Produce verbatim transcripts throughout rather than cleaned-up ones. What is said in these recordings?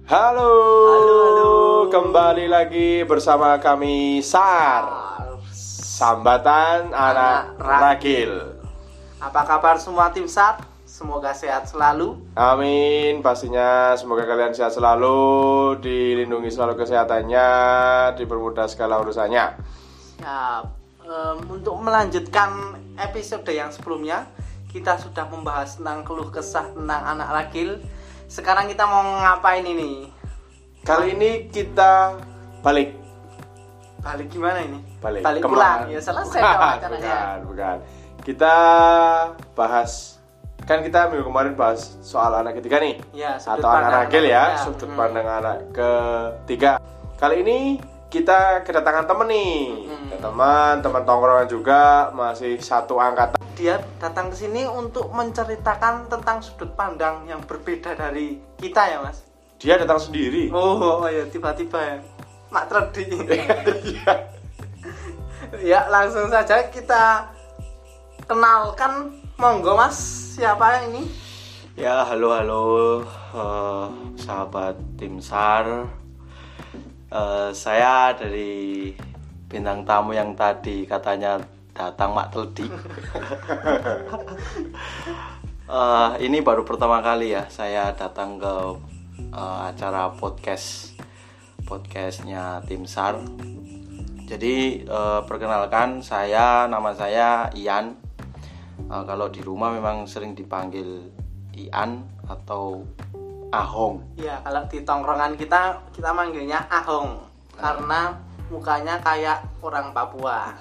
Halo, halo, halo. Kembali lagi bersama kami SAR, Sambatan Anak, Anak Ragil. Apa kabar semua tim SAR? Semoga sehat selalu. Amin, pastinya semoga kalian sehat selalu, dilindungi selalu kesehatannya, dipermudah segala urusannya. Siap. Um, untuk melanjutkan episode yang sebelumnya, kita sudah membahas tentang keluh kesah tentang anak ragil. Sekarang kita mau ngapain ini? Kali ini kita balik. Balik gimana ini? Balik, balik Kemana? pulang. Ya selesai dong acaranya. Bukan, bukan. Kita bahas, kan kita minggu kemarin bahas soal anak ketiga nih. Ya, atau anak ragil ya, ya, sudut hmm. pandang anak ketiga. Kali ini kita kedatangan temen nih. Hmm. Teman, teman tongkrongan juga, masih satu angkatan. Dia datang ke sini untuk menceritakan tentang sudut pandang yang berbeda dari kita ya, Mas. Dia datang sendiri. Oh, oh ya tiba-tiba ya. Mak Tredi. Ya, langsung saja kita kenalkan, monggo Mas, siapa ini? Ya, halo halo uh, sahabat tim SAR. Uh, saya dari bintang tamu yang tadi katanya datang Mak Tredi. uh, ini baru pertama kali ya saya datang ke uh, acara podcast podcastnya tim SAR. Jadi uh, perkenalkan, saya nama saya Ian. Uh, kalau di rumah memang sering dipanggil Ian atau Ahong. Iya, kalau di tongkrongan kita kita manggilnya Ahong karena mukanya kayak orang Papua.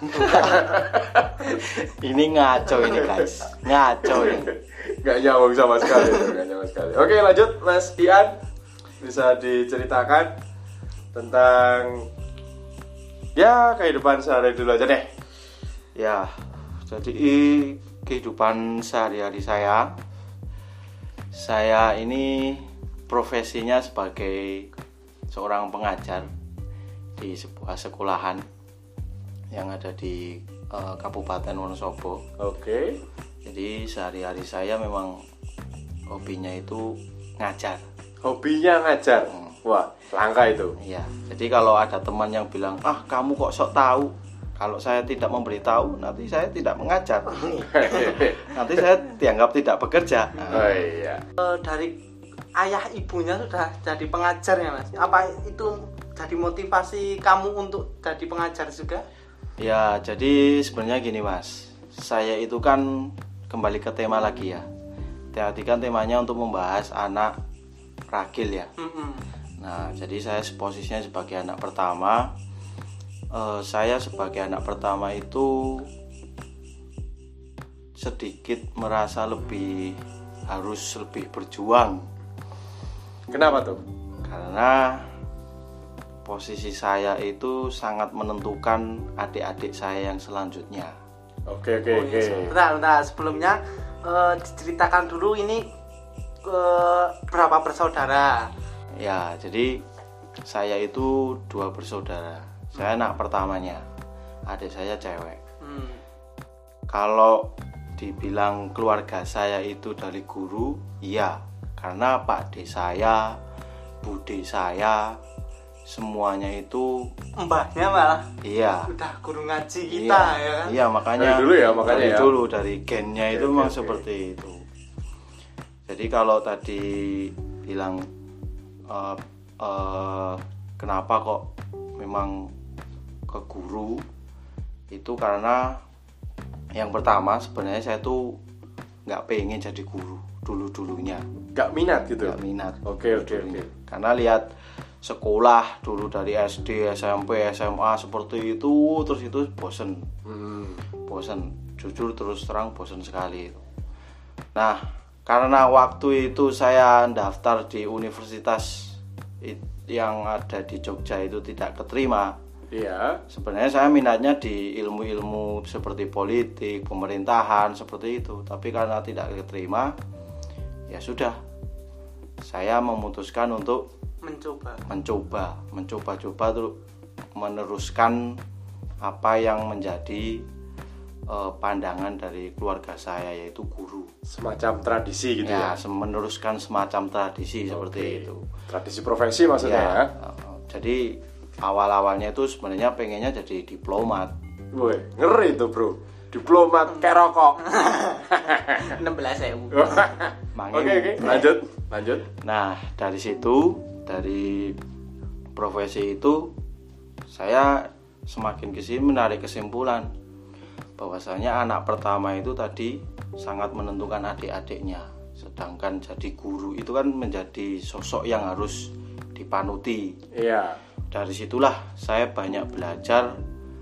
Ini ngaco ini guys, ngaco ini. Gak nyambung sama sekali, gak nyambung sekali. Oke, lanjut Mas Ian, bisa diceritakan tentang ya kehidupan sehari dulu aja deh. Ya, jadi kehidupan sehari-hari saya, saya ini profesinya sebagai seorang pengajar di sebuah sekolahan yang ada di uh, Kabupaten Wonosobo. Oke. Jadi sehari-hari saya memang hobinya itu ngajar. Hobinya ngajar. Hmm. Wah, langka itu. Iya. Jadi kalau ada teman yang bilang, "Ah, kamu kok sok tahu?" Kalau saya tidak memberitahu, nanti saya tidak mengajar. Nanti saya dianggap tidak bekerja. Oh iya. Uh, dari ayah ibunya sudah jadi pengajar ya, Mas? Apa itu jadi motivasi kamu untuk jadi pengajar juga? Ya, jadi sebenarnya gini Mas, saya itu kan kembali ke tema lagi ya. Tadi kan temanya untuk membahas anak ragil ya. Mm-hmm. Nah, jadi saya posisinya sebagai anak pertama. Uh, saya sebagai anak pertama itu sedikit merasa lebih harus lebih berjuang. Kenapa tuh? Karena posisi saya itu sangat menentukan adik-adik saya yang selanjutnya. Oke oke oh, oke. Iya, bentar, bentar. Sebelumnya uh, diceritakan dulu ini uh, berapa bersaudara? Ya, jadi saya itu dua bersaudara. Saya anak pertamanya. Adik saya cewek. Hmm. Kalau dibilang keluarga saya itu dari guru, iya. Karena Pak D saya, Bude saya, semuanya itu mbahnya malah iya udah guru ngaji kita iya, ya kan. Iya, makanya dari dulu ya makanya dari ya. dulu dari gennya okay, itu okay, memang okay. seperti itu. Jadi kalau tadi bilang uh, uh, kenapa kok memang ke guru, itu karena yang pertama sebenarnya saya tuh nggak pengen jadi guru dulu-dulunya. Gak minat gitu? Gak minat. Oke oke oke. Karena lihat sekolah dulu dari S D, S M P, S M A seperti itu, terus itu bosen. Hmm. Bosen, jujur terus terang bosen sekali itu. Nah, karena waktu itu saya daftar di universitas yang ada di Jogja itu tidak keterima. Iya. Sebenarnya saya minatnya di ilmu-ilmu seperti politik, pemerintahan seperti itu. Tapi karena tidak keterima, ya sudah. Saya memutuskan untuk mencoba, mencoba, mencoba-coba terus meneruskan apa yang menjadi uh, pandangan dari keluarga saya, yaitu guru. Semacam tradisi gitu ya. Ya, meneruskan semacam tradisi okay. seperti itu. Tradisi profesi maksudnya ya. ya? Uh, jadi awal-awalnya itu sebenarnya pengennya jadi diplomat. Woi, ngeri tuh bro. Diplomat kayak rokok. enam belas ribu. Oke oke, lanjut, lanjut. Nah, dari situ, dari profesi itu saya semakin kesini menarik kesimpulan bahwasanya anak pertama itu tadi sangat menentukan adik-adiknya. Sedangkan jadi guru itu kan menjadi sosok yang harus dipanuti. Iya. Dari situlah saya banyak belajar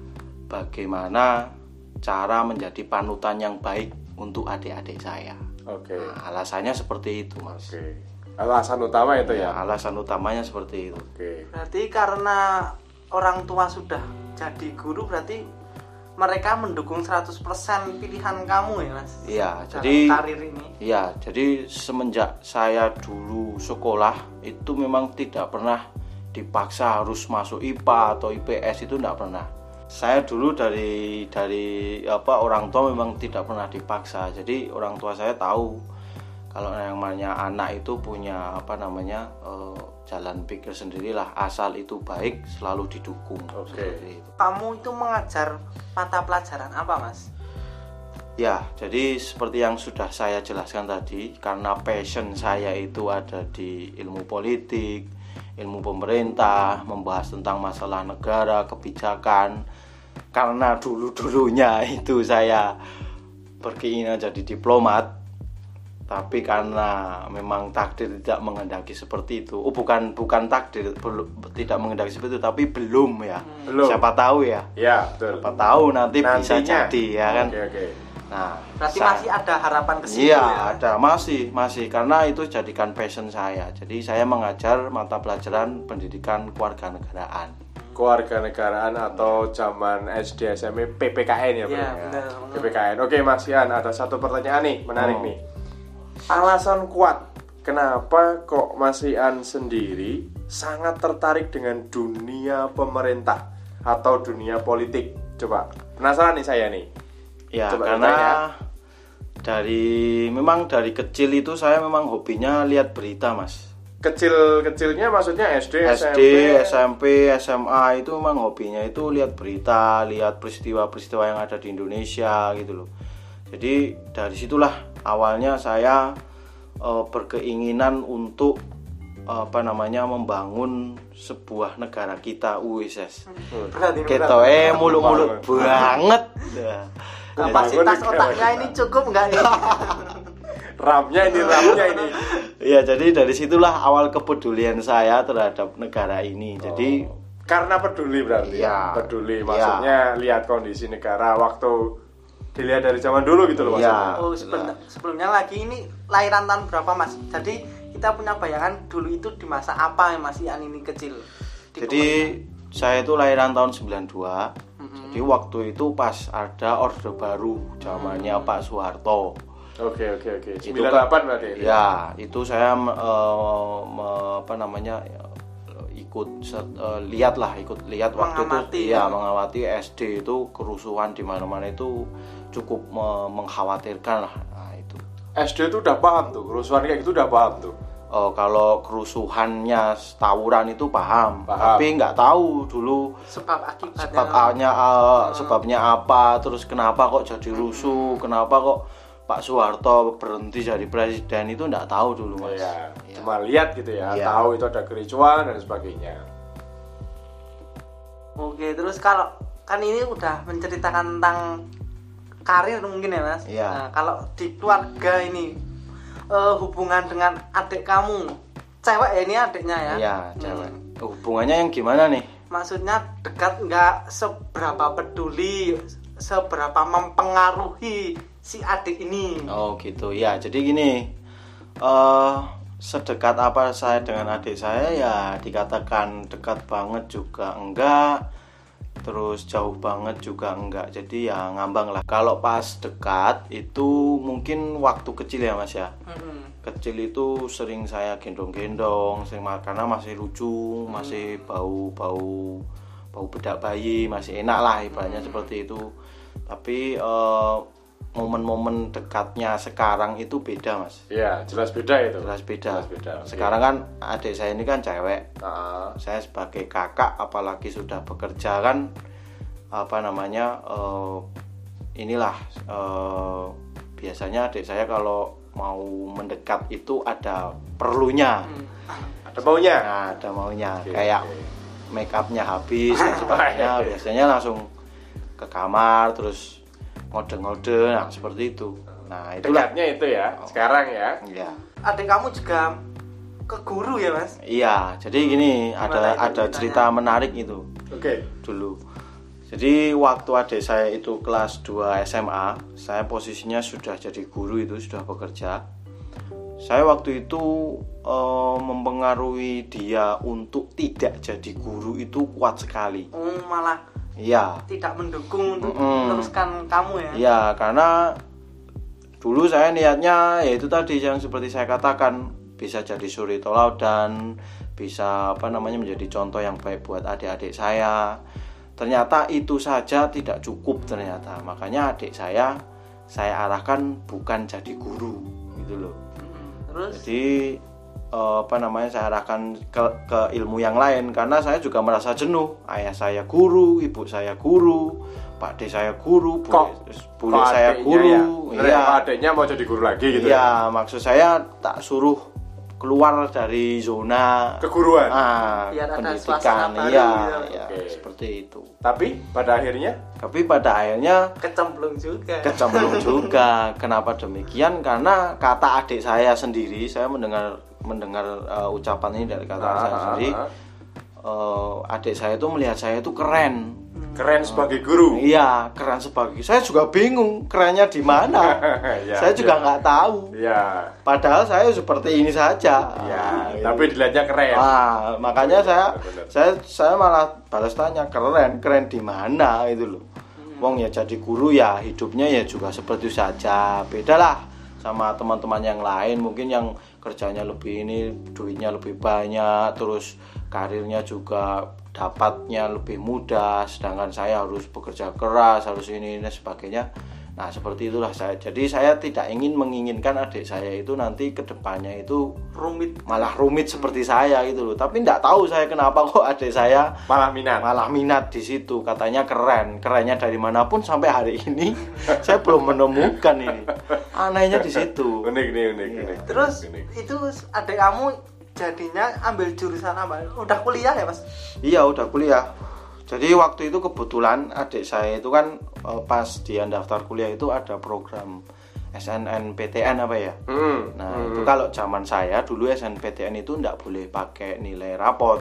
bagaimana cara menjadi panutan yang baik untuk adik-adik saya. Oke. Nah, alasannya seperti itu, Mas. Oke. Alasan utama itu ya. Ya, alasan utamanya seperti itu. Oke. Berarti karena orang tua sudah jadi guru, berarti mereka mendukung seratus persen pilihan kamu ya, Mas? Iya, dalam jadi karir ini. Iya, jadi semenjak saya dulu sekolah itu memang tidak pernah dipaksa harus masuk I P A atau I P S, itu tidak pernah. Saya dulu dari dari apa orang tua memang tidak pernah dipaksa. Jadi orang tua saya tahu kalau yang namanya anak itu punya apa namanya uh, jalan pikir sendirilah, asal itu baik selalu didukung. Oke. Seperti itu. Kamu itu mengajar mata pelajaran apa, Mas? Ya, jadi seperti yang sudah saya jelaskan tadi, karena passion saya itu ada di ilmu politik, ilmu pemerintah, membahas tentang masalah negara, kebijakan. Karena dulu-dulunya itu saya berkeinginan jadi diplomat, tapi karena memang takdir tidak menghendaki seperti itu. Oh, bukan bukan takdir belum, tidak menghendaki seperti itu, tapi belum ya. Belum. Siapa tahu ya. Ya, betul. Siapa tahu nanti Nantinya bisa jadi ya kan. Oke, oke. Nah, Berarti saya- masih ada harapan ke situ Iya, ya? ada, masih, masih karena itu jadikan passion saya. Jadi saya mengajar mata pelajaran pendidikan kewarganegaraan. Kewarganegaraan atau zaman S D S M P P P K N ya, Bro. Iya, benar. P P K N. Oke, Mas Ian, ada satu pertanyaan nih, menarik Oh. nih. Alasan kuat kenapa kok Mas Ian sendiri sangat tertarik dengan dunia pemerintah atau dunia politik? Coba, penasaran nih saya nih. Ya, Coba karena ditanya. dari memang dari kecil itu saya memang hobinya lihat berita, Mas. Kecil-kecilnya maksudnya S D, S S M D, P? S M P, S M A itu memang hobinya itu lihat berita, lihat peristiwa-peristiwa yang ada di Indonesia gitu loh. Jadi dari situlah awalnya saya uh, berkeinginan untuk uh, apa namanya membangun sebuah negara kita. Wis es. Berat ini, berat. Kita eh mulu-mulu banget. Nah, Kapasitas Bangun otaknya negara ini kita. cukup nggak nih? RAM-nya ini, RAM-nya ini. Iya, jadi dari situlah awal kepedulian saya terhadap negara ini. Jadi Oh, karena peduli berarti. Iya. Peduli Iya. maksudnya lihat kondisi negara waktu dilihat dari zaman dulu gitu loh Iya. maksudnya. Oh, sebelum- sebelumnya lagi ini lahiran tahun berapa, Mas? Jadi kita punya bayangan dulu itu di masa apa ya, Mas Ian ini kecil? Di jadi saya itu lahiran tahun sembilan dua. Mhm. Jadi waktu itu pas ada Orde Baru zamannya Pak Soeharto. Oke oke oke. Itu sembilan kan- delapan berarti. ini? Ya, itu saya eh, me- apa namanya eh, ikut set- eh, lihat lah, ikut lihat waktu Mengamati, itu ya. ya mengamati S D itu kerusuhan di mana-mana itu cukup me- mengkhawatirkan lah. Nah, itu. S D itu udah paham tuh, kerusuhan kayak gitu udah paham tuh. Oh, kalau kerusuhannya tawuran itu paham, Paham. tapi nggak tahu dulu sebab akibatnya. sebabnya eh, sebabnya apa, terus kenapa kok jadi rusuh, kenapa kok Pak Soeharto berhenti jadi presiden, itu nggak tahu dulu, Mas. Iya, Iya. cuma lihat gitu ya, Iya. tahu itu ada kericuan dan sebagainya. Oke, terus kalau kan ini udah menceritakan tentang karir mungkin ya, Mas. Iya. Nah, kalau di keluarga ini eh, hubungan dengan adik kamu, cewek ya ini adiknya ya? Iya, cewek. Hmm. Hubungannya yang gimana nih? Maksudnya dekat nggak, seberapa peduli, seberapa mempengaruhi si adik ini? Oh gitu ya. Jadi gini, eh sedekat apa saya dengan adik saya ya dikatakan dekat banget juga enggak, terus jauh banget juga enggak. Jadi ya ngambang lah. Kalau pas dekat itu mungkin waktu kecil ya Mas ya. Mm-mm. Kecil itu sering saya gendong-gendong, sering karena masih lucu, masih bau-bau bau bedak bayi, masih enak lah ibaratnya seperti itu. Tapi uh, momen-momen dekatnya sekarang itu beda, Mas. Iya, jelas beda itu. Jelas beda. Jelas beda. Sekarang kan adik saya ini kan cewek. Uh, Saya sebagai kakak, apalagi sudah bekerja kan, apa namanya, uh, inilah uh, biasanya adik saya kalau mau mendekat itu ada perlunya. Hmm. ada maunya. Nah, ada maunya. Oke, Kayak oke. make upnya habis dan sebagainya. Biasanya langsung ke kamar terus ngode-ngode, nah seperti itu. Nah, itulah. Dekatnya itu ya, sekarang ya. Iya. Adik kamu juga ke guru ya, Mas? Iya, jadi gini, Gimana ada itu ada ceritanya? cerita menarik itu Oke. dulu. Jadi waktu adik saya itu kelas dua S M A, saya posisinya sudah jadi guru itu, sudah bekerja. Saya waktu itu eh, mempengaruhi dia untuk tidak jadi guru itu kuat sekali. Oh, malah Iya. tidak mendukung untuk Mm-mm. meneruskan kamu ya? Iya, karena dulu saya niatnya yaitu tadi yang seperti saya katakan, bisa jadi suri teladan, bisa apa namanya menjadi contoh yang baik buat adik-adik saya. Ternyata itu saja tidak cukup ternyata. Makanya adik saya saya arahkan bukan jadi guru gitu loh. Mm-mm. Terus? Jadi eh, apa namanya saya arahkan ke, ke ilmu yang lain karena saya juga merasa jenuh. Ayah saya guru, ibu saya guru, Pak De saya guru, Kok- bule, bule Kok saya adeknya guru. ya? Bener ya, Iya. kok adeknya mau jadi guru lagi gitu ya? Iya, maksud saya tak suruh keluar dari zona Keguruan. ah, Biar ada pendidikan. suasana baru Iya, gitu. iya, Oke. seperti itu. Tapi pada akhirnya Tapi pada akhirnya Kecemplung juga. kecemplung juga. Kenapa demikian? Karena kata adik saya sendiri, saya mendengar mendengar uh, ucapan ini dari kata Ah, saya ah, sendiri. ah. Uh, adik saya itu melihat saya itu keren. keren sebagai guru. Iya, keren sebagai. Saya juga bingung kerennya di mana. Ya, saya juga ya. nggak tahu. Iya. Padahal saya seperti ini saja. Iya, Ah, tapi dilihatnya keren. Ah, makanya Benar, saya benar. saya saya malah balas tanya, keren, keren di mana itu loh. Wong ya jadi guru ya hidupnya ya juga seperti itu saja. Bedalah sama teman-teman yang lain, mungkin yang kerjanya lebih ini, duitnya lebih banyak, terus karirnya juga dapatnya lebih mudah, sedangkan saya harus bekerja keras, harus ini dan sebagainya. Nah, seperti itulah saya. Jadi saya tidak ingin menginginkan adik saya itu nanti ke depannya itu Rumit. malah rumit seperti saya gitu loh. Tapi enggak tahu saya kenapa kok adik saya Malah minat. malah minat di situ. Katanya keren, kerennya dari manapun sampai hari ini saya belum menemukan ini. Anehnya di situ. Unik nih, unik, Iya. unik. Terus unik. itu adik kamu jadinya ambil jurusan apa? Udah kuliah ya, Mas? Iya, udah kuliah. Jadi waktu itu kebetulan adik saya itu kan eh, pas dia daftar kuliah itu ada program S N N P T N apa ya? Hmm. Nah, hmm. itu kalau zaman saya dulu S N P T N itu enggak boleh pakai nilai raport.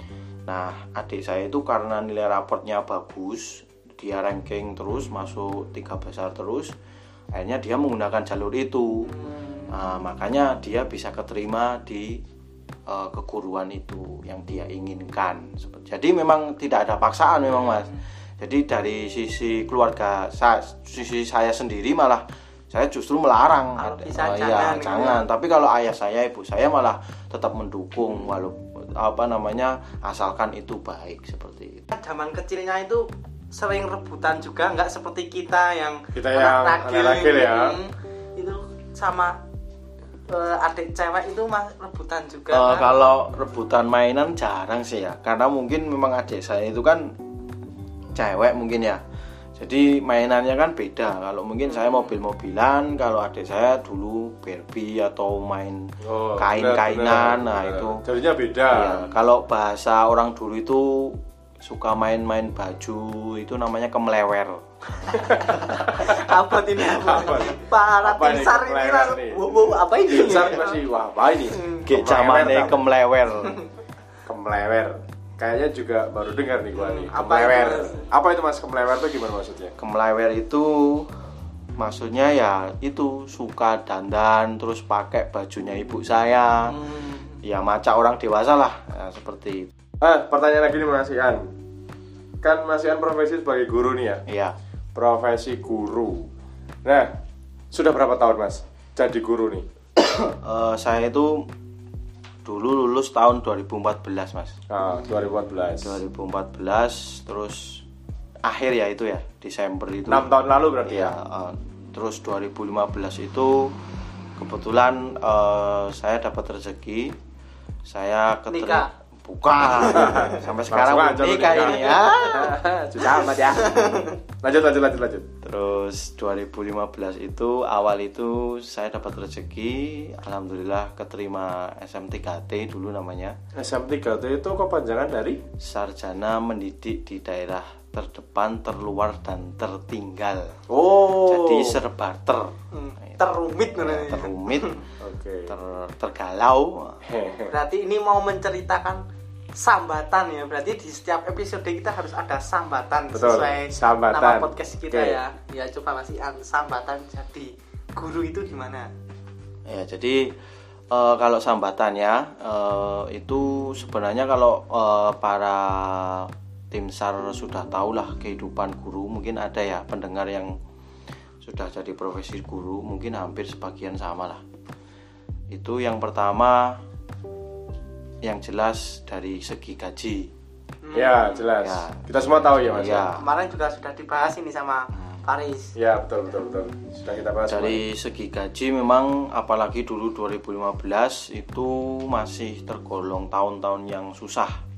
Nah, adik saya itu karena nilai raportnya bagus, dia ranking terus, masuk tiga besar terus, akhirnya dia menggunakan jalur itu. Nah, makanya dia bisa keterima di uh, keguruan itu yang dia inginkan. Jadi memang tidak ada paksaan memang, Mas. Jadi dari sisi keluarga saya, sisi saya sendiri malah saya justru melarang. Kalau Ada- bisa oh, jangan, iya, gitu jangan. ya. Tapi kalau ayah saya, ibu saya malah tetap mendukung walaupun apa namanya asalkan itu baik seperti itu. Zaman kecilnya itu sering rebutan juga, nggak seperti kita yang Kita yang anak ragil ya. Hmm, itu sama eh, adik cewek itu mas rebutan juga. Eh, kan? kalau rebutan mainan jarang sih ya, karena mungkin memang adik saya itu kan cewek mungkin ya. Jadi mainannya kan beda. Kalau mungkin saya mobil-mobilan, kalau adik saya dulu Barbie atau main Oh, kain-kainan. benar, benar, Nah benar. itu. Jadinya beda. Iya, kalau bahasa orang dulu itu suka main-main baju itu namanya kemelewer. Apa ini? Apa? Para Apa nih, timsar ini kemelewer langsung, nih? wow, wow, apa ini? Timsar masih wah, apa ini? Kayak zamane kemelewer. Kemlewer. Kayaknya juga baru dengar nih gua nih. Hmm, apa Kemlewer. itu, Mas? Apa itu Mas kemlewer itu gimana maksudnya? Kemelewer itu maksudnya ya itu suka dandan terus pakai bajunya ibu saya. Hmm. Ya macam orang dewasa lah, ya, seperti itu. Ah, pertanyaan lagi nih Mas Ian. Kan Mas Ian profesi sebagai guru nih ya. Iya. Profesi guru. Nah, sudah berapa tahun Mas jadi guru nih? Eh, saya itu dulu lulus tahun dua ribu empat belas, Mas. Ah, dua ribu empat belas. dua ribu empat belas terus akhir ya itu ya, Desember itu. enam tahun lalu berarti ya. ya. Uh, terus dua ribu lima belas itu kebetulan uh, saya dapat rezeki, saya keterima. Bukan. Sampai sekarang belum nikah ini ya. Susah amat ya. Lanjut lanjut lanjut lanjut. Terus dua ribu lima belas itu awal itu saya dapat rezeki, alhamdulillah keterima S M tiga T dulu namanya. S M tiga T itu kepanjangan dari Sarjana Mendidik di Daerah Terdepan, Terluar dan Tertinggal. Oh. Jadi serba ter. Hmm, terumit Ya, namanya. terumit. Oke. ter, tergalau. Berarti ini mau menceritakan sambatan ya. Berarti di setiap episode kita harus ada sambatan. Betul, sesuai sambatan. nama podcast kita Oke. ya. Ya coba Mas Ian, sambatan jadi guru itu gimana? Ya, jadi eh, kalau sambatannya eh, itu sebenarnya kalau eh, para tim SAR sudah tahulah kehidupan guru, mungkin ada ya pendengar yang sudah jadi profesi guru, mungkin hampir sebagian sama lah. Itu yang pertama, yang jelas dari segi gaji. Ya jelas. Ya. Kita semua tahu ya Mas. Ya. Kemarin juga sudah dibahas ini sama Faris. Ya betul betul betul. Sudah kita bahas. Dari segi gaji memang apalagi dulu dua ribu lima belas itu masih tergolong tahun-tahun yang susah.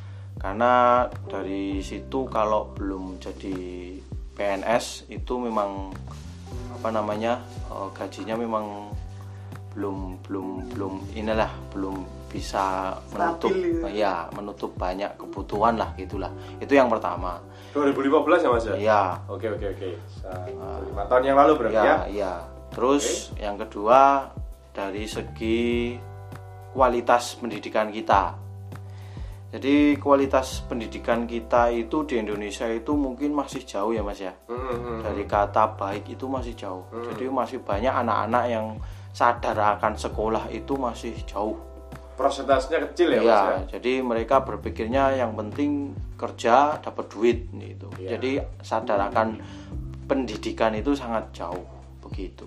Karena dari situ kalau belum jadi P N S itu memang apa namanya uh, gajinya memang belum belum belum inilah belum bisa menutup Stabil, ya menutup banyak kebutuhan lah gitulah. Itu yang pertama. dua ribu lima belas ya Mas ya? Iya. Oke oke oke. lima tahun yang lalu berarti ya? Ya, iya. Terus okay. Yang kedua dari segi kualitas pendidikan kita. Jadi kualitas pendidikan kita itu di Indonesia itu mungkin masih jauh ya Mas ya. Mm-hmm. Dari kata baik itu masih jauh. Mm-hmm. Jadi masih banyak anak-anak yang sadar akan sekolah itu masih jauh. Prosentasenya kecil ya, ya Mas ya. Jadi mereka berpikirnya yang penting kerja dapat duit gitu. Ya. Jadi sadar akan pendidikan itu sangat jauh begitu.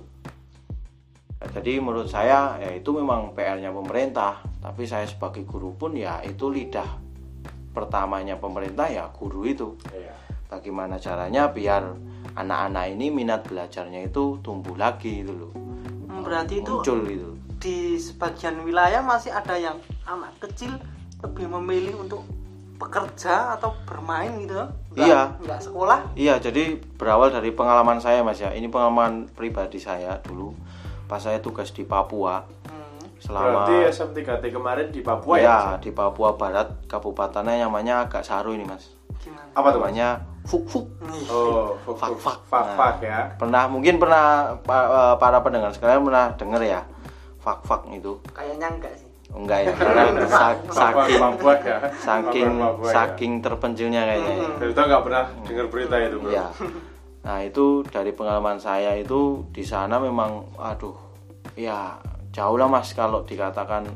Nah, jadi menurut saya ya itu memang P R-nya pemerintah. Tapi saya sebagai guru pun ya itu lidah pertamanya pemerintah ya guru itu. Iya. Bagaimana caranya biar anak-anak ini minat belajarnya itu tumbuh lagi itu loh. Berarti itu muncul itu. Di sebagian wilayah masih ada yang anak kecil lebih memilih untuk bekerja atau bermain gitu. Enggak, Iya. Enggak sekolah. Iya, jadi berawal dari pengalaman saya Mas ya. Ini pengalaman pribadi saya dulu. Pas saya tugas di Papua. Selama Berarti S M tiga T kemarin di Papua ya, ya? ya di Papua Barat, kabupatennya namanya agak saru ini Mas. Gimana? Apa tuh Mas? Namanya Fuk Fuk. Oh, fuk Fak fuk Fak. fak Nah, fak ya. Pernah mungkin pernah pa- para pendengar sekalian pernah dengar ya Fak Fak itu. Kayaknya enggak sih. Enggak ya, karena sa- saking Papua ya. saking Papua, Papua, saking terpencilnya kayaknya. ya. Ya. Kita nggak pernah dengar berita itu bro. Iya. Nah, itu dari pengalaman saya itu di sana memang aduh ya jauh lah Mas kalau dikatakan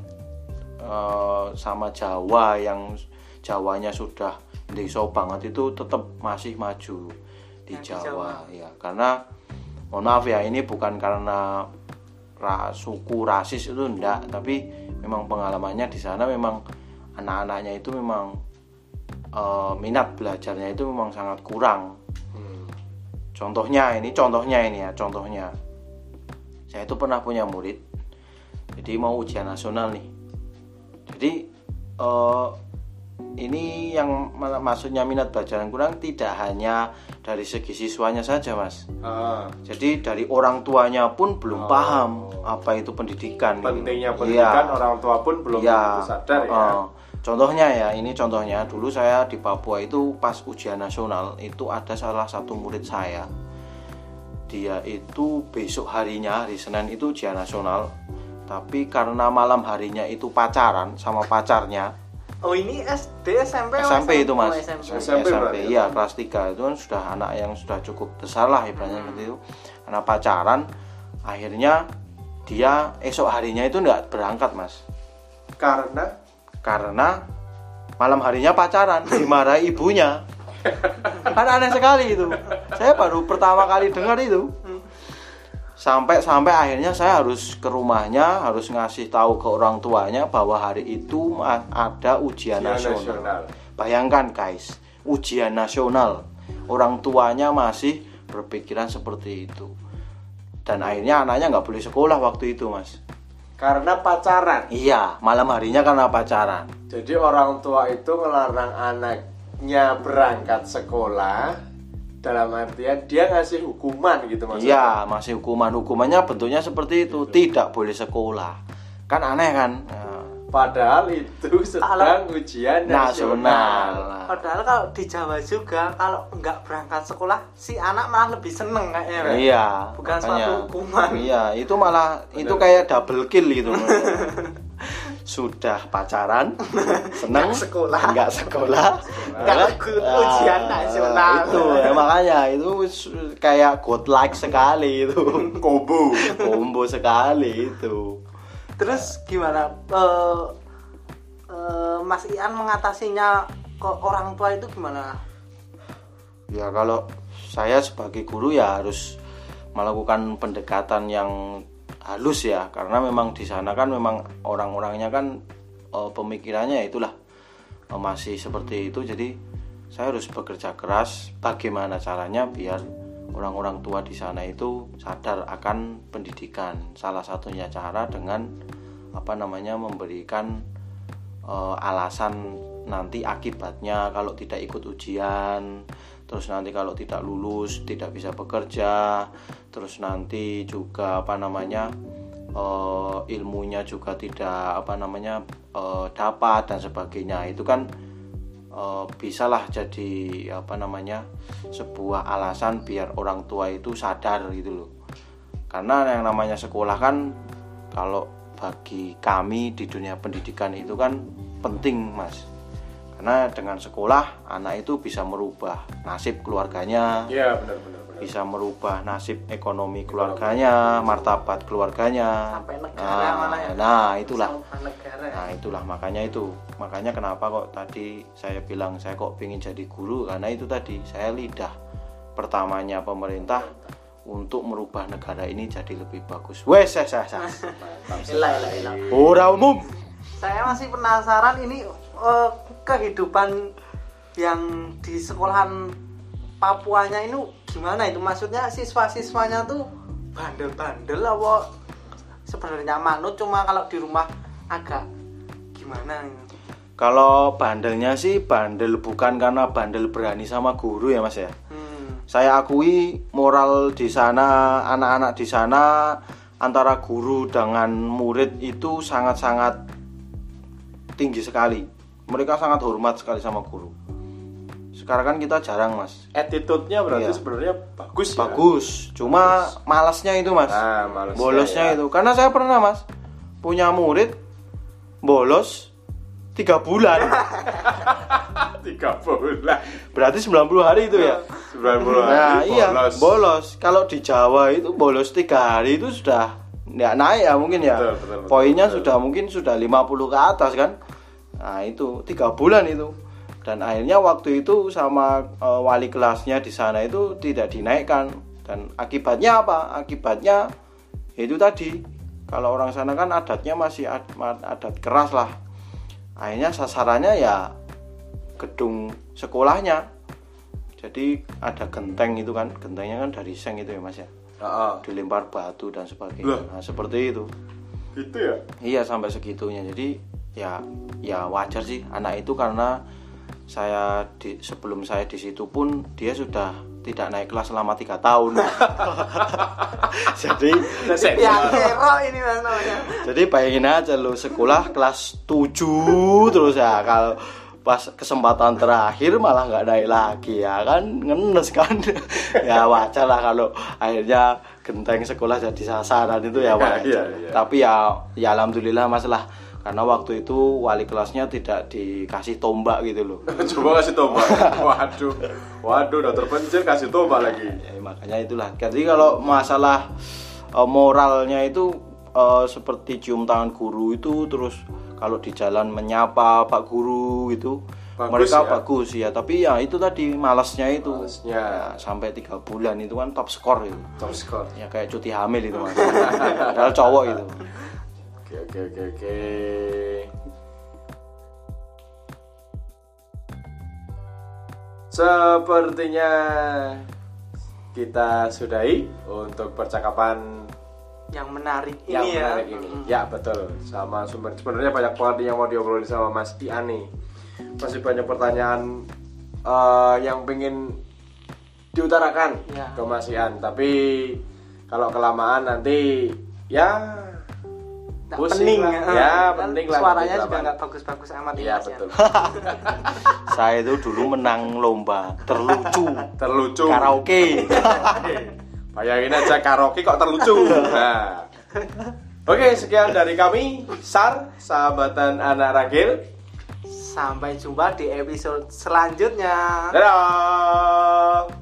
uh, sama Jawa yang Jawanya sudah deso banget itu tetap masih maju di Yang di Jawa. Jawa. Ya karena mohon maaf ya ini bukan karena ra, suku rasis itu enggak, tapi memang pengalamannya di sana memang anak-anaknya itu memang uh, minat belajarnya itu memang sangat kurang. Hmm. Contohnya ini, contohnya ini ya, contohnya. Saya itu pernah punya murid. Jadi mau ujian nasional nih. Jadi uh, ini yang maksudnya minat belajar yang kurang tidak hanya dari segi siswanya saja Mas. Ah. Jadi dari orang tuanya pun belum Oh. paham apa itu pendidikan. Pentingnya gitu. pendidikan Iya. orang tua pun belum Iya. begitu sadar ya. Uh, contohnya ya, ini contohnya dulu saya di Papua itu pas ujian nasional itu ada salah satu murid saya. Dia itu besok harinya hari Senin itu ujian nasional. Tapi karena malam harinya itu pacaran sama pacarnya. Oh ini S D, S M P? S M P itu Mas. Oh, S M P. S M P berarti. Iya, kelas tiga itu kan sudah anak yang sudah cukup besar lah ibaratnya Hmm. gitu itu. Karena pacaran akhirnya dia esok harinya itu enggak berangkat Mas. Karena Karena malam harinya pacaran, dimarahi ibunya. Kan aneh sekali itu. Saya baru pertama kali dengar itu. Sampai sampai akhirnya saya harus ke rumahnya, harus ngasih tahu ke orang tuanya bahwa hari itu ada ujian, ujian nasional. nasional. Bayangkan guys, ujian nasional. orang tuanya masih berpikiran seperti itu. Dan akhirnya anaknya nggak boleh sekolah waktu itu, Mas. Karena pacaran. Iya, malam harinya karena pacaran. Jadi orang tua itu ngelarang anaknya berangkat sekolah, dalam artian dia ngasih hukuman gitu maksudnya. Iya, masih hukuman. Hukumannya bentuknya seperti itu, tidak boleh sekolah. Kan aneh kan? Nah, padahal itu sedang ujian nasional. Padahal kalau di Jawa juga kalau nggak berangkat sekolah si anak malah lebih seneng kayaknya. Pak. Iya. Bukan makanya, suatu hukuman. Iya, itu malah itu kayak double kill gitu. Sudah pacaran, seneng, Nggak sekolah. nggak sekolah, Nggak ikut ujian nasional. Itu ya, makanya itu kayak godlike sekali itu. Combo. Combo sekali itu. Terus gimana uh, uh, Mas Ian mengatasinya ke orang tua itu gimana? Ya kalau saya sebagai guru ya harus melakukan pendekatan yang halus ya, karena memang di sana kan memang orang-orangnya kan uh, pemikirannya itulah uh, masih seperti itu. Jadi saya harus bekerja keras bagaimana caranya biar orang-orang tua di sana itu sadar akan pendidikan. Salah satunya cara dengan apa namanya memberikan uh, alasan nanti akibatnya kalau tidak ikut ujian, terus nanti kalau tidak lulus tidak bisa bekerja, terus nanti juga apa namanya uh, ilmunya juga tidak apa namanya uh, dapat dan sebagainya. Itu kan Uh, bisalah jadi apa namanya sebuah alasan biar orang tua itu sadar gitu loh. Karena yang namanya sekolah kan kalau bagi kami di dunia pendidikan itu kan penting, Mas. Karena dengan sekolah anak itu bisa merubah nasib keluarganya. Iya, benar-benar. Bisa merubah nasib ekonomi keluarganya, martabat keluarganya. Sampai negara nah, mana ya? Nah, itulah. Negara. Nah, itulah makanya itu. Makanya kenapa kok tadi saya bilang saya kok pengen jadi guru, karena itu tadi saya lidah pertamanya pemerintah untuk merubah negara ini jadi lebih bagus. Wes, saya saya. Elah, elah, elah. Ora umum. Saya masih penasaran ini uh, kehidupan yang di sekolahan Papuanya itu gimana itu? Maksudnya siswa-siswanya tuh bandel-bandel apa sebenarnya manut, cuma kalau di rumah agak gimana gitu? Kalau bandelnya sih bandel bukan karena bandel berani sama guru ya, Mas ya. Hmm. Saya akui moral di sana, anak-anak di sana antara guru dengan murid itu sangat-sangat tinggi sekali. Mereka sangat hormat sekali sama guru. Sekarang kan kita jarang, Mas. Attitude-nya berarti iya. sebenarnya bagus ya? Bagus, cuma bagus. Malasnya itu, Mas. Nah, malasnya bolosnya ya. itu. Karena saya pernah, Mas, punya murid bolos tiga bulan. tiga bulan. Berarti sembilan puluh hari itu ya? sembilan puluh hari nah, bolos. iya, bolos. Kalau di Jawa itu bolos tiga hari itu sudah ya naik ya mungkin ya. Betul, betul, betul, poinnya betul. sudah mungkin sudah lima puluh ke atas kan. Nah, itu tiga bulan itu. Dan akhirnya waktu itu sama e, wali kelasnya di sana itu tidak dinaikkan. Dan akibatnya apa? Akibatnya itu tadi. Kalau orang sana kan adatnya masih ad, adat keras lah. Akhirnya sasarannya ya gedung sekolahnya. Jadi ada genteng itu kan. Gentengnya kan dari seng itu ya, Mas ya. Uh-uh. Dilempar batu dan sebagainya. Nah, seperti itu. Gitu ya? Iya, sampai segitunya. Jadi ya ya wajar sih anak itu, karena saya di, sebelum saya di situ pun dia sudah tidak naik kelas selama tiga tahun. Jadi ya hero ini Mas namanya. Jadi bayangin aja lo sekolah kelas tujuh terus ya, kalau pas kesempatan terakhir malah nggak naik lagi ya kan, ngenes kan. Ya wajar lah kalau akhirnya genteng sekolah jadi sasaran itu ya wajar. Ya, ya, ya. Tapi ya ya alhamdulillah masalah. Karena waktu itu wali kelasnya tidak dikasih tombak gitu loh. Coba kasih tombak. Waduh. Waduh, udah terpencil kasih tombak lagi. Ya, makanya itulah. Jadi kalau masalah uh, moralnya itu uh, seperti cium tangan guru itu, terus kalau di jalan menyapa Pak Guru itu bagus, mereka ya? Bagus ya. Tapi ya itu tadi malasnya itu. Malasnya. Ya, sampai tiga bulan itu kan top skor itu. Top skor. Ya kayak cuti hamil itu Mas. Padahal cowok itu. Oke oke oke oke. sepertinya kita sudahi untuk percakapan yang menarik yang ini menarik ya. ini. Mm. Ya betul. Sama sumber sebenarnya banyak banget yang mau diobrolin sama Mas Ian nih. Masih banyak pertanyaan uh, yang pengen diutarakan Ya. ke Mas Ian. Tapi kalau kelamaan nanti ya Nggak pusing pening lah. ya, Ya, kan penting lah. suaranya nanti juga kelamaan. nggak bagus-bagus amat ini Iya Mas Ian. betul. Saya itu dulu menang lomba terlucu Terlucu. karaoke. Bayangin aja karaoke kok terlucu. Nah. Oke, sekian dari kami Sar, sahabatan anak ragil. Sampai jumpa di episode selanjutnya. Dadah.